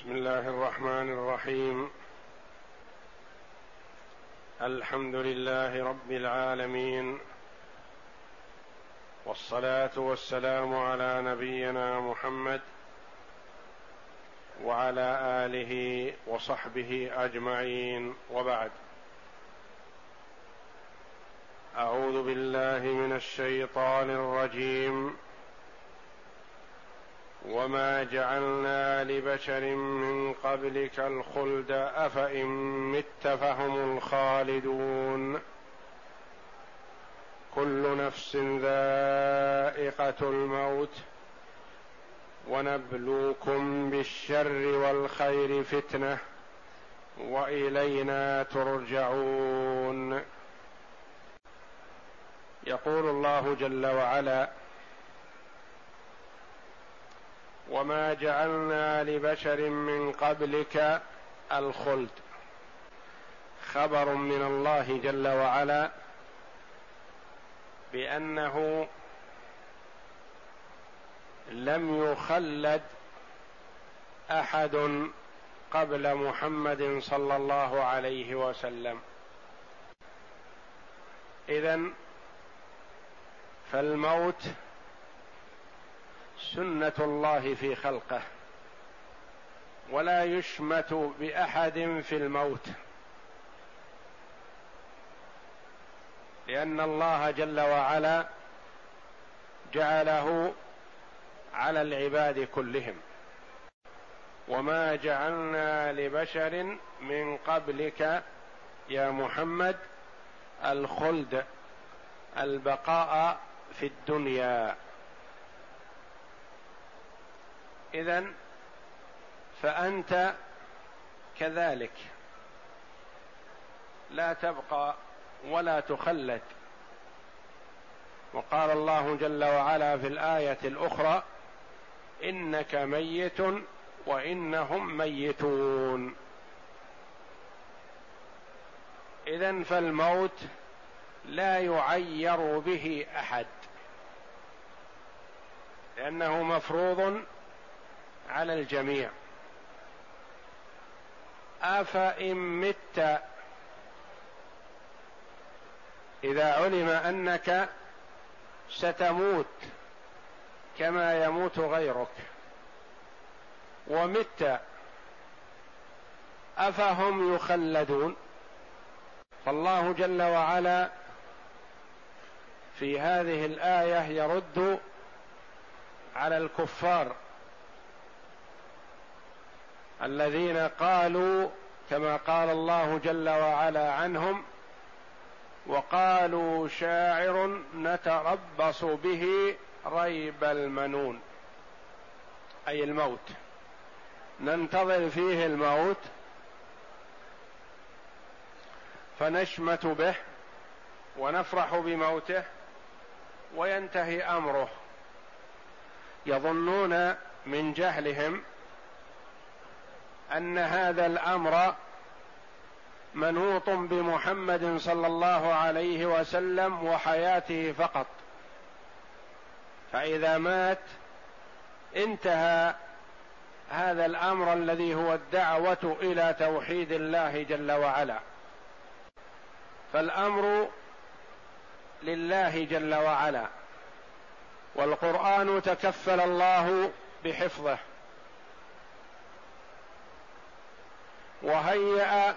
بسم الله الرحمن الرحيم. الحمد لله رب العالمين، والصلاة والسلام على نبينا محمد وعلى آله وصحبه أجمعين، وبعد. أعوذ بالله من الشيطان الرجيم. وما جعلنا لبشر من قبلك الخلد أفإن مت فهم الخالدون كل نفس ذائقة الموت ونبلوكم بالشر والخير فتنة وإلينا ترجعون. يقول الله جل وعلا: وما جعلنا لبشر من قبلك الخلد، خبر من الله جل وعلا بأنه لم يخلد أحد قبل محمد صلى الله عليه وسلم. إذن فالموت سنة الله في خلقه، ولا يشمت بأحد في الموت، لأن الله جل وعلا جعله على العباد كلهم. وما جعلنا لبشر من قبلك يا محمد الخلد، البقاء في الدنيا. إذن فأنت كذلك لا تبقى ولا تخلد. وقال الله جل وعلا في الآية الأخرى: إنك ميت وإنهم ميتون. إذن فالموت لا يعير به أحد، لأنه مفروض على الجميع. أفإن مت، إذا علم أنك ستموت كما يموت غيرك ومت، أفهم يخلدون؟ فالله جل وعلا في هذه الآية يرد على الكفار الذين قالوا كما قال الله جل وعلا عنهم: وقالوا شاعر نتربص به ريب المنون، أي الموت، ننتظر فيه الموت فنشمت به ونفرح بموته وينتهي أمره. يظنون من جهلهم أن هذا الأمر منوط بمحمد صلى الله عليه وسلم وحياته فقط، فإذا مات انتهى هذا الأمر الذي هو الدعوة إلى توحيد الله جل وعلا. فالأمر لله جل وعلا، والقرآن تكفل الله بحفظه وهيأ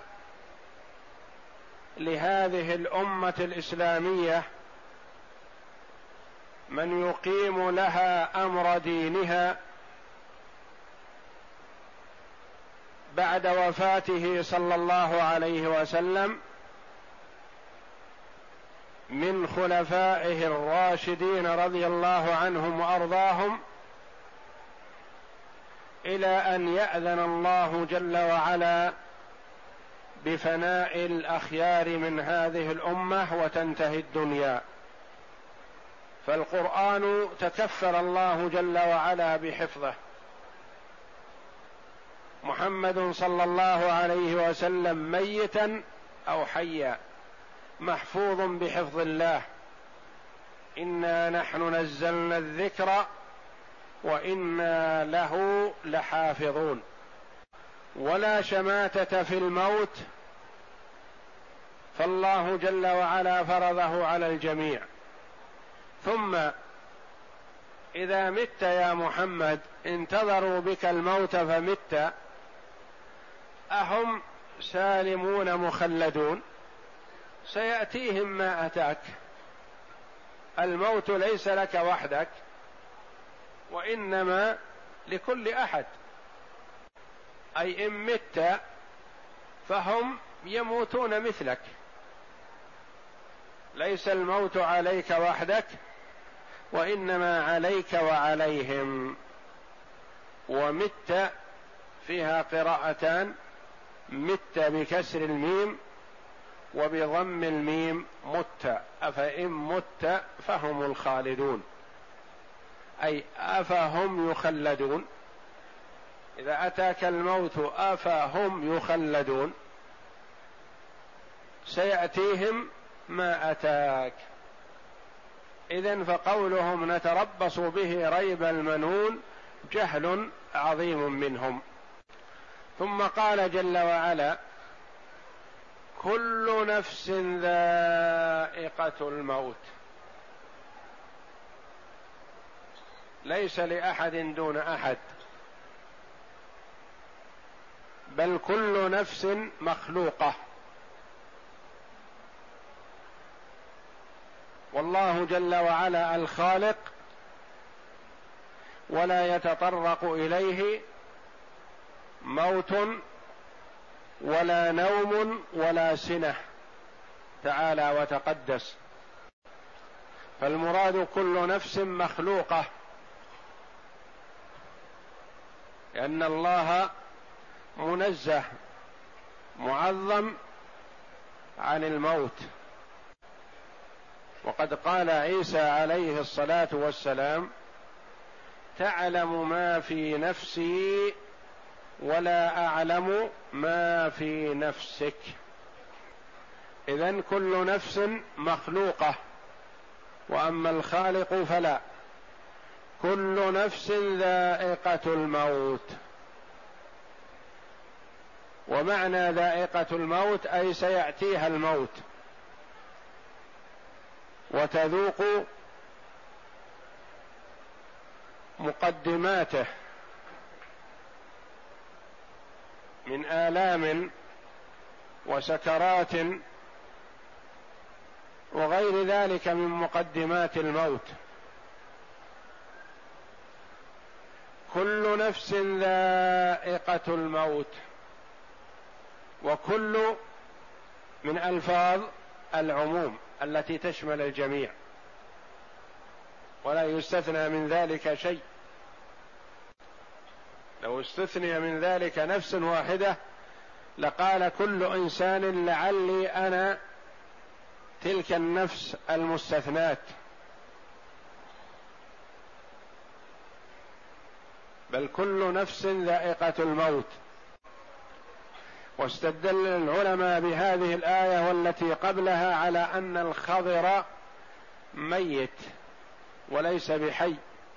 لهذه الأمة الإسلامية من يقيم لها أمر دينها بعد وفاته صلى الله عليه وسلم من خلفائه الراشدين رضي الله عنهم وأرضاهم، إلى أن يأذن الله جل وعلا بفناء الأخيار من هذه الأمة وتنتهي الدنيا. فالقرآن تكفل الله جل وعلا بحفظه. محمد صلى الله عليه وسلم ميتا أو حيا محفوظ بحفظ الله. إنا نحن نزلنا الذكر وإنا له لحافظون. ولا شماتة في الموت، فالله جل وعلا فرضه على الجميع. ثم إذا مت يا محمد انتظروا بك الموت فمت، أهم سالمون مخلدون؟ سيأتيهم ما أتاك. الموت ليس لك وحدك، وإنما لكل أحد، أي إن مت فهم يموتون مثلك، ليس الموت عليك وحدك وإنما عليك وعليهم. ومت فيها قراءتان، مت بكسر الميم وبضم الميم مت، أفإن مت فهم الخالدون، أي أفهم يخلدون؟ إذا أتاك الموت أفهم يخلدون؟ سيأتيهم ما أتاك. إذن فقولهم نتربص به ريب المنون جهل عظيم منهم. ثم قال جل وعلا: كل نفس ذائقة الموت. ليس لأحد دون أحد، بل كل نفس مخلوقة، والله جل وعلا الخالق، ولا يتطرق إليه موت ولا نوم ولا سنة، تعالى وتقدس. فالمراد كل نفس مخلوقة، لأن الله منزه معظم عن الموت. وقد قال عيسى عليه الصلاة والسلام: تعلم ما في نفسي ولا أعلم ما في نفسك. إذن كل نفس مخلوقة، وأما الخالق فلا. كل نفس ذائقة الموت. ومعنى ذائقة الموت أي سيأتيها الموت وتذوق مقدماته من آلام وسكرات وغير ذلك من مقدمات الموت. كل نفس ذائقة الموت، وكل من ألفاظ العموم التي تشمل الجميع، ولا يستثنى من ذلك شيء. لو استثني من ذلك نفس واحدة لقال كل إنسان لعلي أنا تلك النفس المستثنات، بل كل نفس ذائقة الموت. واستدل العلماء بهذه الآية والتي قبلها على أن الخضر ميت وليس بحي،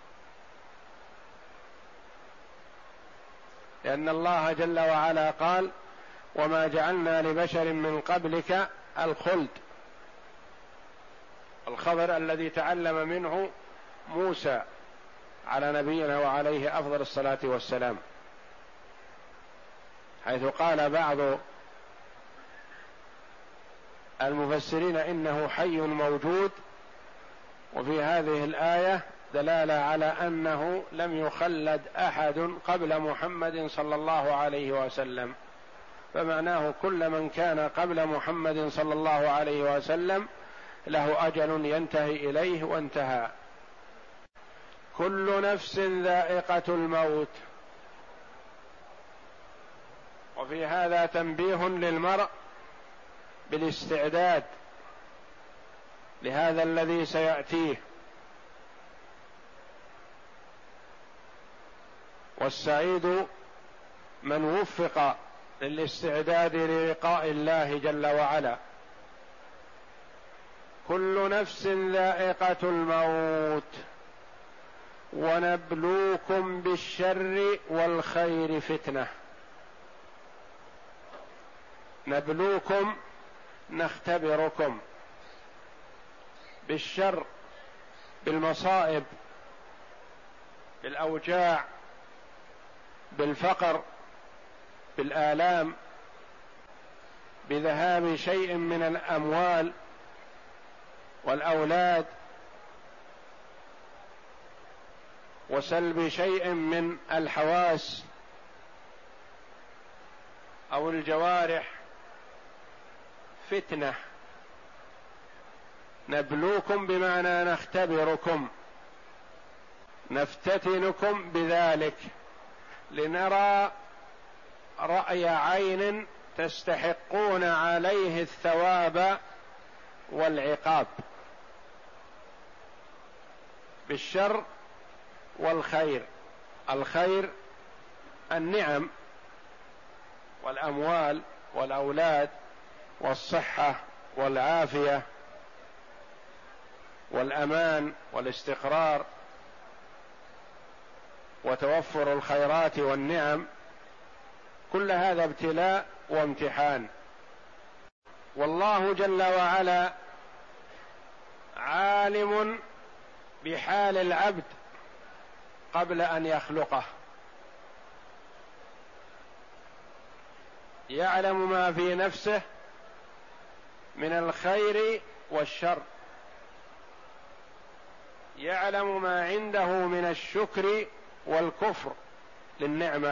لأن الله جل وعلا قال: وما جعلنا لبشر من قبلك الخلد. الخضر الذي تعلم منه موسى على نبينا وعليه أفضل الصلاة والسلام، حيث قال بعض المفسرين إنه حي موجود، وفي هذه الآية دلالة على أنه لم يخلد أحد قبل محمد صلى الله عليه وسلم، فمعناه كل من كان قبل محمد صلى الله عليه وسلم له أجل ينتهي إليه وانتهى. كل نفس ذائقة الموت. وفي هذا تنبيه للمرء بالاستعداد لهذا الذي سيأتيه، والسعيد من وفق للاستعداد للقاء الله جل وعلا. كل نفس ذائقة الموت ونبلوكم بالشر والخير فتنة. نبلوكم نختبركم، بالشر، بالمصائب، بالأوجاع، بالفقر، بالآلام، بذهاب شيء من الأموال والأولاد، وسلب شيء من الحواس أو الجوارح، فتنة. نبلوكم بمعنى نختبركم، نفتتنكم بذلك لنرى رأي عين تستحقون عليه الثواب والعقاب، بالشر والخير. الخير النعم والأموال والأولاد والصحة والعافية والأمان والاستقرار وتوفر الخيرات والنعم، كل هذا ابتلاء وامتحان. والله جل وعلا عالم بحال العبد قبل أن يخلقه، يعلم ما في نفسه من الخير والشر، يعلم ما عنده من الشكر والكفر للنعمة،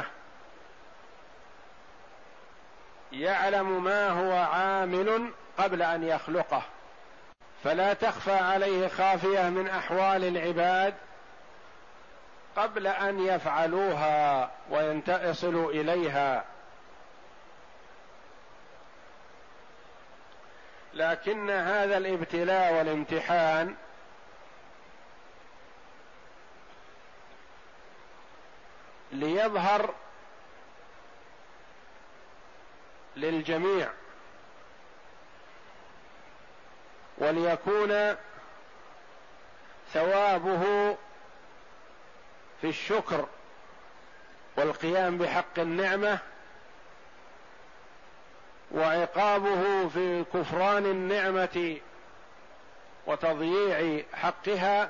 يعلم ما هو عامل قبل أن يخلقه، فلا تخفى عليه خافية من أحوال العباد قبل أن يفعلوها ويصلوا إليها. لكن هذا الابتلاء والامتحان ليظهر للجميع، وليكون ثوابه في الشكر والقيام بحق النعمة، وعقابه في كفران النعمة وتضييع حقها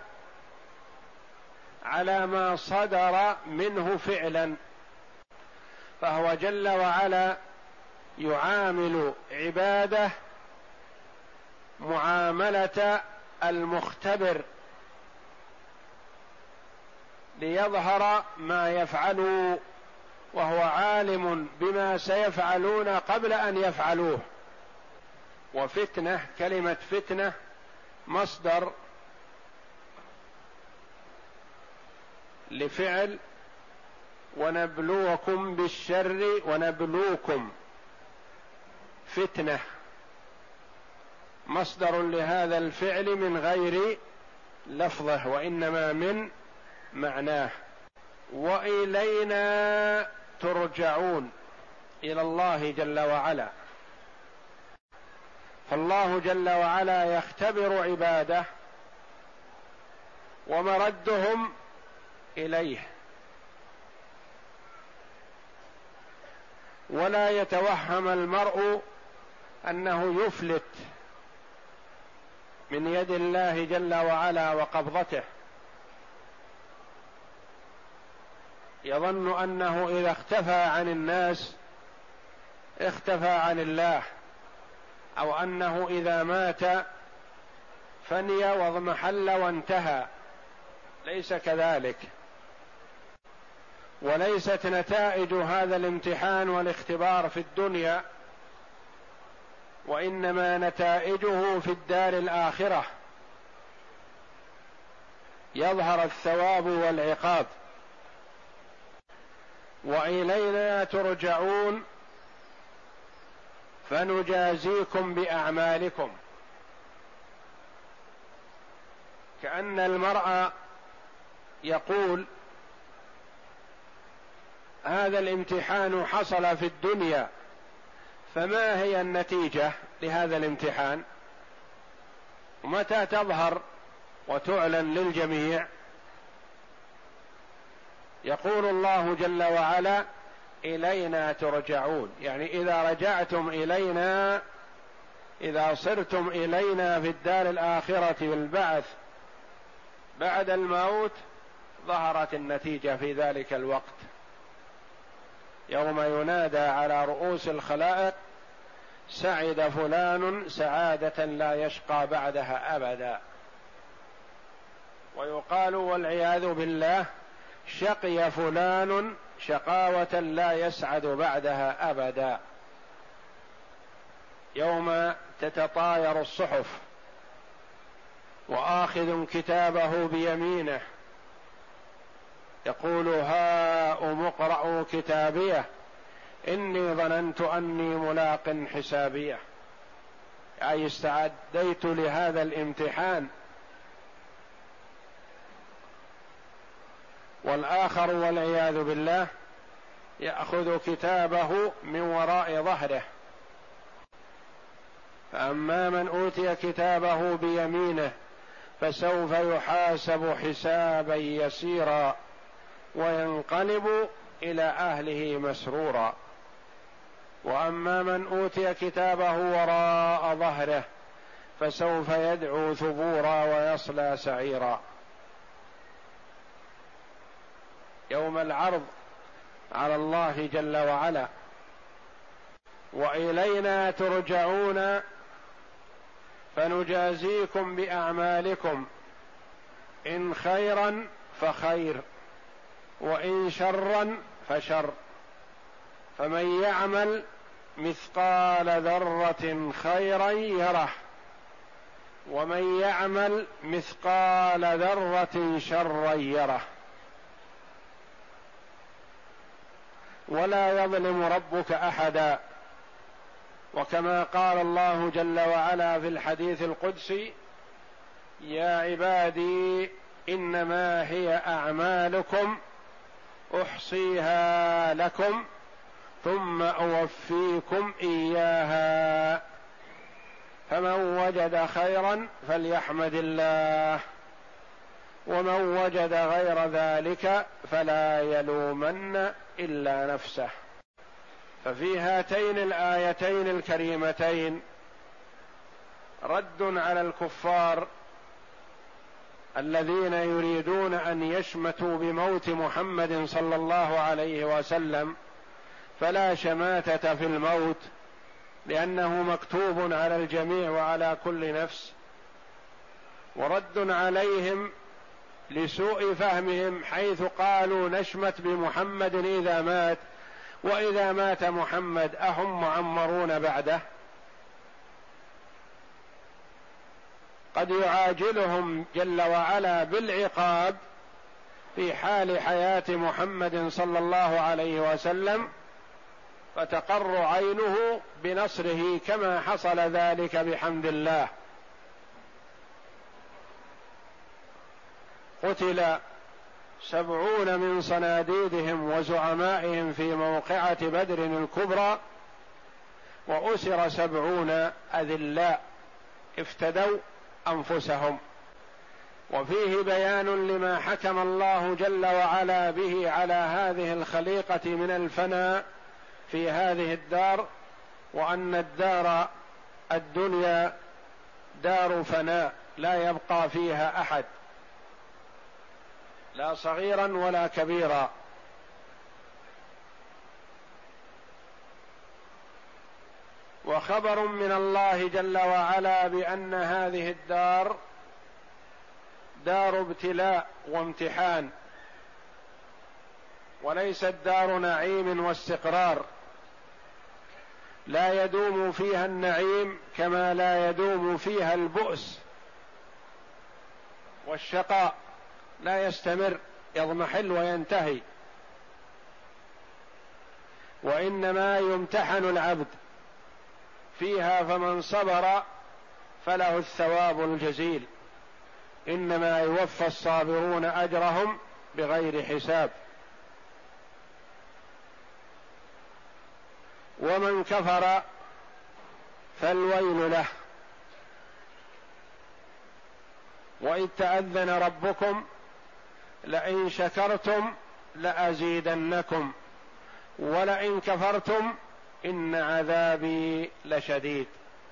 على ما صدر منه فعلا. فهو جل وعلا يعامل عباده معاملة المختبر ليظهر ما يفعلوا، وهو عالم بما سيفعلون قبل أن يفعلوه. وفتنة، كلمة فتنة مصدر لفعل ونبلوكم بالشر، ونبلوكم فتنة مصدر لهذا الفعل من غير لفظه وإنما من معناه. وإلينا ترجعون، إلى الله جل وعلا. فالله جل وعلا يختبر عباده ومردهم إليه، ولا يتوهم المرء أنه يفلت من يد الله جل وعلا وقبضته، يظن أنه إذا اختفى عن الناس اختفى عن الله، أو أنه إذا مات فني واضمحل وانتهى. ليس كذلك، وليست نتائج هذا الامتحان والاختبار في الدنيا، وإنما نتائجه في الدار الآخرة، يظهر الثواب والعقاب. وإلينا ترجعون فنجازيكم بأعمالكم. كأن المرء يقول هذا الامتحان حصل في الدنيا، فما هي النتيجة لهذا الامتحان؟ ومتى تظهر وتعلن للجميع؟ يقول الله جل وعلا إلينا ترجعون، يعني إذا رجعتم إلينا، إذا صرتم إلينا في الدار الآخرة والبعث بعد الموت، ظهرت النتيجة في ذلك الوقت، يوم ينادى على رؤوس الخلائق: سعد فلان سعادة لا يشقى بعدها أبدا. ويقال والعياذ بالله: شقي فلان شقاوة لا يسعد بعدها أبدا. يوم تتطاير الصحف وآخذ كتابه بيمينه يقول: هاؤم اقرءوا كتابيه إني ظننت أني ملاق حسابيه، أي استعديت لهذا الامتحان. والآخر والعياذ بالله يأخذ كتابه من وراء ظهره. فأما من أوتي كتابه بيمينه فسوف يحاسب حسابا يسيرا وينقلب إلى أهله مسرورا. وأما من أوتي كتابه وراء ظهره فسوف يدعو ثبورا ويصلى سعيرا. يوم العرض على الله جل وعلا: وإلينا ترجعون فنجازيكم بأعمالكم إن خيرا فخير وإن شرا فشر، فمن يعمل مثقال ذرة خيرا يره ومن يعمل مثقال ذرة شرا يره. ولا يظلم ربك أحدا، وكما قال الله جل وعلا في الحديث القدسي: يا عبادي إنما هي أعمالكم أحصيها لكم ثم أوفيكم إياها، فمن وجد خيرا فليحمد الله ومن وجد غير ذلك فلا يلومن إلا نفسه. ففي هاتين الآيتين الكريمتين رد على الكفار الذين يريدون أن يشمتوا بموت محمد صلى الله عليه وسلم، فلا شماتة في الموت لأنه مكتوب على الجميع وعلى كل نفس. ورد عليهم لسوء فهمهم حيث قالوا نشمت بمحمد إذا مات، وإذا مات محمد أهم معمرون بعده؟ قد يعاجلهم جل وعلا بالعقاب في حال حياة محمد صلى الله عليه وسلم فتقر عينه بنصره كما حصل ذلك بحمد الله. قتل 70 من صناديدهم وزعمائهم في موقعة بدر الكبرى، وأسر 70 أذلاء افتدوا أنفسهم. وفيه بيان لما حكم الله جل وعلا به على هذه الخليقة من الفناء في هذه الدار، وأن الدار الدنيا دار فناء لا يبقى فيها أحد، لا صغيرا ولا كبيرا. وخبر من الله جل وعلا بأن هذه الدار دار ابتلاء وامتحان، وليست دار نعيم واستقرار، لا يدوم فيها النعيم كما لا يدوم فيها البؤس والشقاء، لا يستمر، يضمحل وينتهي، وإنما يمتحن العبد فيها، فمن صبر فله الثواب الجزيل، إنما يوفى الصابرون أجرهم بغير حساب. ومن كفر فالويل له. وإذ تأذن ربكم لئن شكرتم لأزيدنكم ولئن كفرتم إن عذابي لشديد.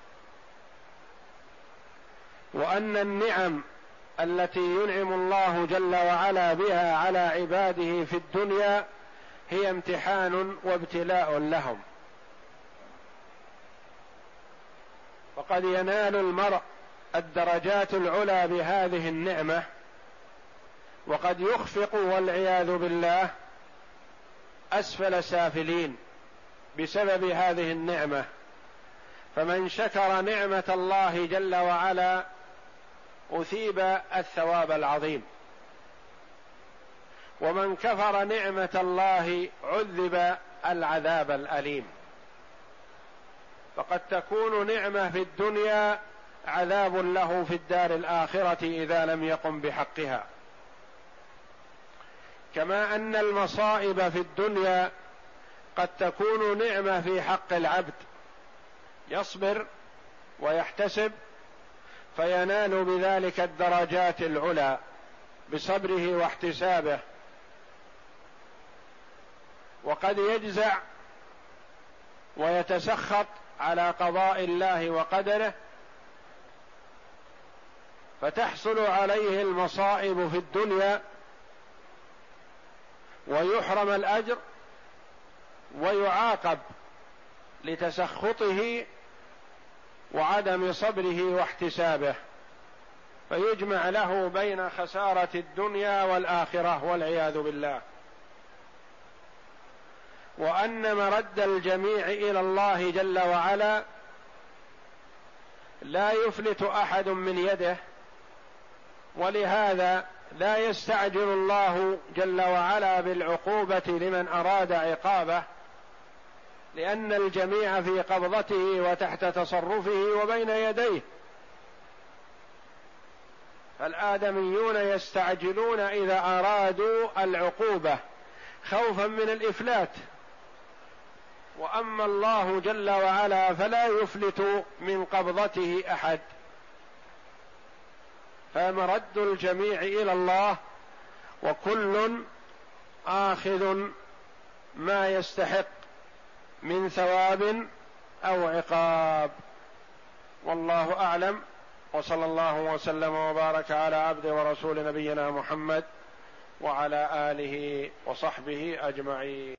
وأن النعم التي ينعم الله جل وعلا بها على عباده في الدنيا هي امتحان وابتلاء لهم، وقد ينال المرء الدرجات العلى بهذه النعمة، وقد يخفق والعياذ بالله أسفل سافلين بسبب هذه النعمة. فمن شكر نعمة الله جل وعلا أثيب الثواب العظيم، ومن كفر نعمة الله عذب العذاب الأليم. فقد تكون نعمة في الدنيا عذاب له في الدار الآخرة إذا لم يقم بحقها، كما أن المصائب في الدنيا قد تكون نعمة في حق العبد، يصبر ويحتسب فينال بذلك الدرجات العلى بصبره واحتسابه، وقد يجزع ويتسخط على قضاء الله وقدره فتحصل عليه المصائب في الدنيا ويحرم الأجر ويعاقب لتسخطه وعدم صبره واحتسابه، فيجمع له بين خسارة الدنيا والآخرة والعياذ بالله. وأن مرد الجميع إلى الله جل وعلا لا يفلت أحد من يده، ولهذا لا يستعجل الله جل وعلا بالعقوبة لمن أراد عقابه، لأن الجميع في قبضته وتحت تصرفه وبين يديه. فالآدميون يستعجلون إذا أرادوا العقوبة خوفا من الإفلات، وأما الله جل وعلا فلا يفلت من قبضته أحد، فمرد الجميع إلى الله، وكل آخذ ما يستحق من ثواب أو عقاب. والله أعلم، وصلى الله وسلم وبارك على عبد ورسول نبينا محمد وعلى آله وصحبه أجمعين.